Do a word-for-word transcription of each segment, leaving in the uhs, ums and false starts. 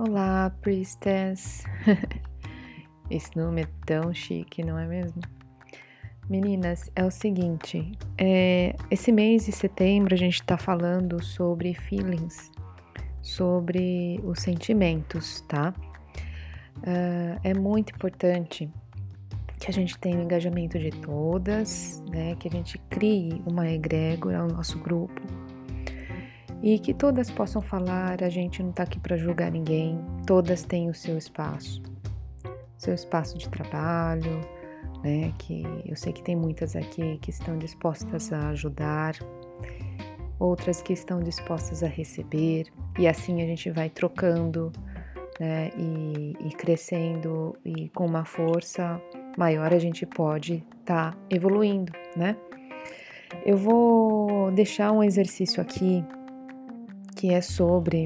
Olá, Priestess. Esse nome é tão chique, não é mesmo? Meninas, é o seguinte, é, esse mês de setembro a gente tá falando sobre feelings, sobre os sentimentos, tá? Uh, é muito importante que a gente tenha o engajamento de todas, né? Que a gente crie uma egrégora no nosso grupo e que todas possam falar. A gente não tá aqui para julgar ninguém, todas têm o seu espaço, seu espaço de trabalho, né? Que eu sei que tem muitas aqui que estão dispostas a ajudar, outras que estão dispostas a receber, e assim a gente vai trocando, né? E, e crescendo, e com uma força maior a gente pode estar tá evoluindo, né? Eu vou deixar um exercício aqui que é sobre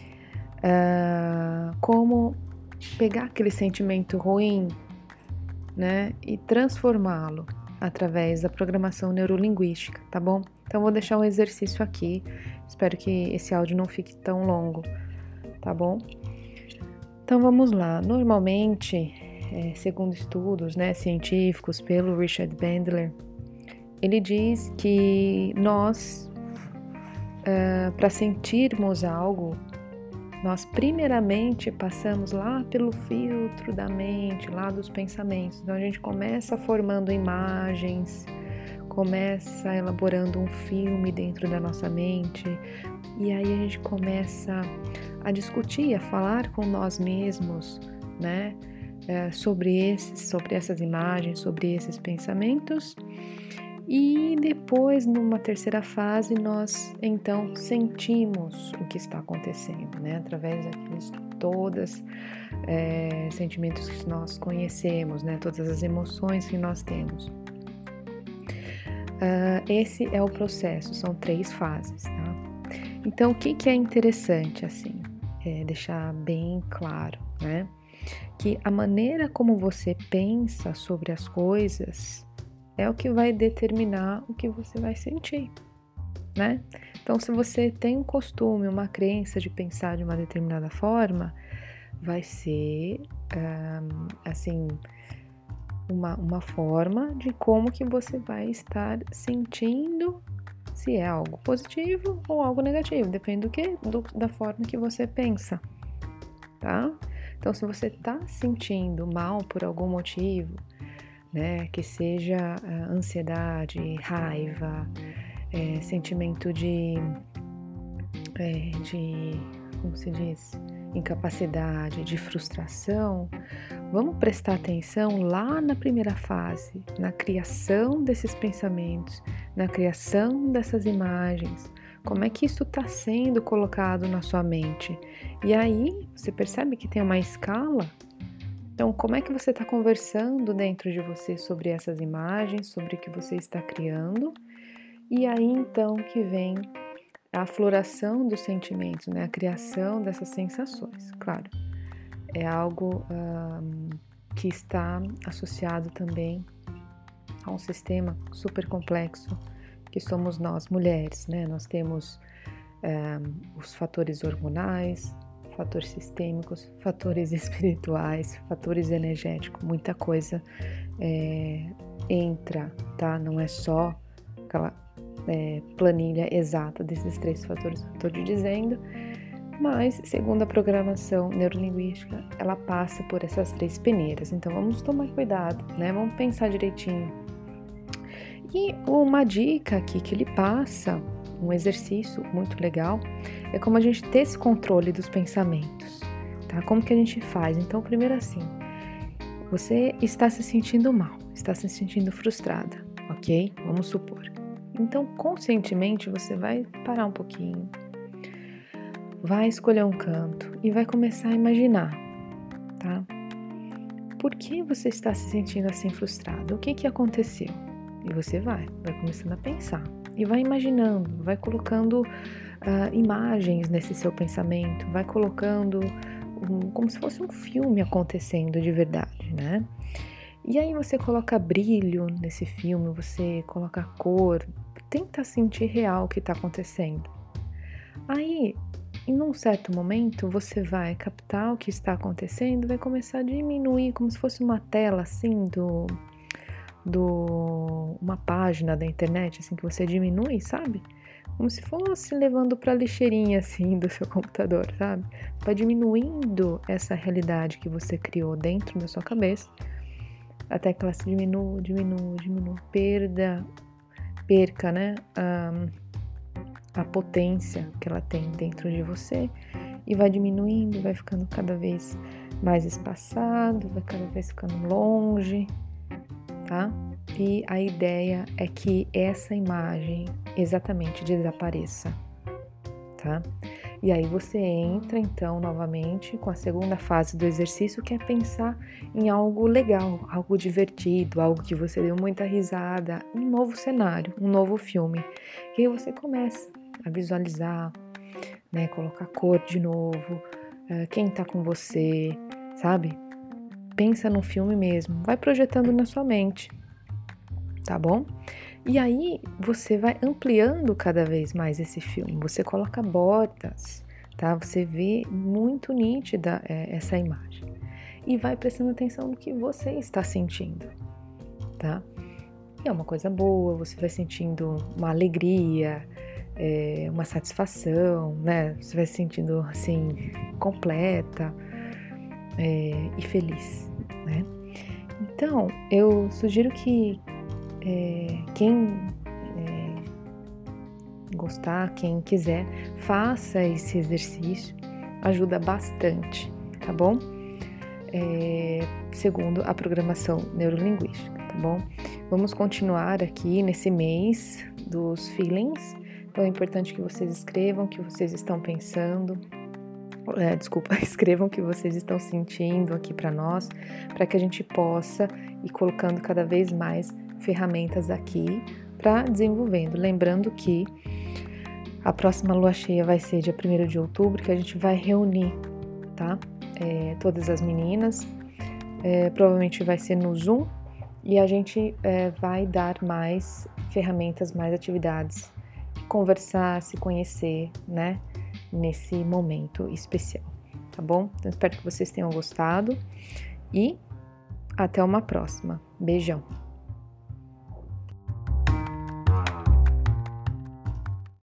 uh, como pegar aquele sentimento ruim, né, e transformá-lo através da programação neurolinguística, tá bom? Então vou deixar um exercício aqui, espero que esse áudio não fique tão longo, tá bom? Então vamos lá. Normalmente, é, segundo estudos, né, científicos pelo Richard Bandler, ele diz que nós, uh, para sentirmos algo, nós primeiramente passamos lá pelo filtro da mente, lá dos pensamentos. Então a gente começa formando imagens, começa elaborando um filme dentro da nossa mente, e aí a gente começa a discutir, a falar com nós mesmos, né, sobre esses, sobre essas imagens, sobre esses pensamentos. E depois, numa terceira fase, nós então sentimos o que está acontecendo, né? Através daqueles todos é, sentimentos que nós conhecemos, né? Todas as emoções que nós temos. Uh, esse é o processo, são três fases, tá? Então, o que, que é interessante, assim, é deixar bem claro, né? Que a maneira como você pensa sobre as coisas é o que vai determinar o que você vai sentir, né? Então, se você tem um costume, uma crença de pensar de uma determinada forma, vai ser, um, assim, uma, uma forma de como que você vai estar sentindo, se é algo positivo ou algo negativo, depende do que, do, da forma que você pensa, tá? Então, se você tá sentindo mal por algum motivo, né, que seja uh, ansiedade, raiva, é, sentimento de, é, de, como se diz, incapacidade, de frustração, vamos prestar atenção lá na primeira fase, na criação desses pensamentos, na criação dessas imagens, como é que isso está sendo colocado na sua mente. E aí você percebe que tem uma escala. Então, como é que você está conversando dentro de você sobre essas imagens, sobre o que você está criando? E aí, então, que vem a afloração dos sentimentos, né? A criação dessas sensações. Claro, é algo um, que está associado também a um sistema super complexo que somos nós, mulheres, né? Nós temos um, os fatores hormonais, fatores sistêmicos, fatores espirituais, fatores energéticos, muita coisa é, entra, tá? Não é só aquela é, planilha exata desses três fatores que eu estou te dizendo, mas segundo a programação neurolinguística, ela passa por essas três peneiras, então vamos tomar cuidado, né? Vamos pensar direitinho. E uma dica aqui que ele passa, um exercício muito legal, é como a gente ter esse controle dos pensamentos, tá? Como que a gente faz? Então, primeiro assim, você está se sentindo mal, está se sentindo frustrada, ok? Vamos supor. Então, conscientemente, você vai parar um pouquinho, vai escolher um canto e vai começar a imaginar, tá? Por que você está se sentindo assim frustrada? O que que aconteceu? E você vai, vai começando a pensar. E vai imaginando, vai colocando uh, imagens nesse seu pensamento, vai colocando um, como se fosse um filme acontecendo de verdade, né? E aí você coloca brilho nesse filme, você coloca cor, tenta sentir real o que está acontecendo. Aí, em um certo momento você vai captar o que está acontecendo, vai começar a diminuir, como se fosse uma tela assim do, do uma página da internet, assim que você diminui, sabe? Como se fosse levando para a lixeirinha assim do seu computador, sabe? Vai diminuindo essa realidade que você criou dentro da sua cabeça, até que ela se diminua, diminua, diminua, perda, perca, né? Um, a potência que ela tem dentro de você e vai diminuindo, vai ficando cada vez mais espaçado, vai cada vez ficando longe, tá? E a ideia é que essa imagem exatamente desapareça, tá? E aí você entra então novamente com a segunda fase do exercício, que é pensar em algo legal, algo divertido, algo que você deu muita risada, um novo cenário, um novo filme. E aí você começa a visualizar, né, colocar cor de novo, quem tá com você, sabe? Pensa no filme mesmo, vai projetando na sua mente, tá bom? E aí você vai ampliando cada vez mais esse filme, você coloca bordas, tá? Você vê muito nítida é, essa imagem e vai prestando atenção no que você está sentindo, tá? E é uma coisa boa, você vai sentindo uma alegria, é, uma satisfação, né? Você vai se sentindo assim, completa é, e feliz, né? Então, eu sugiro que é, quem é, gostar, quem quiser, faça esse exercício, ajuda bastante, tá bom? É, segundo a programação neurolinguística, tá bom? Vamos continuar aqui nesse mês dos feelings. Então é importante que vocês escrevam o que vocês estão pensando, é, desculpa, escrevam o que vocês estão sentindo aqui para nós, para que a gente possa ir colocando cada vez mais ferramentas aqui para desenvolvendo. Lembrando que a próxima lua cheia vai ser dia primeiro de outubro, que a gente vai reunir, tá? É, todas as meninas, é, provavelmente vai ser no Zoom, e a gente é, vai dar mais ferramentas, mais atividades, conversar, se conhecer, né, nesse momento especial, tá bom? Então espero que vocês tenham gostado e até uma próxima. Beijão!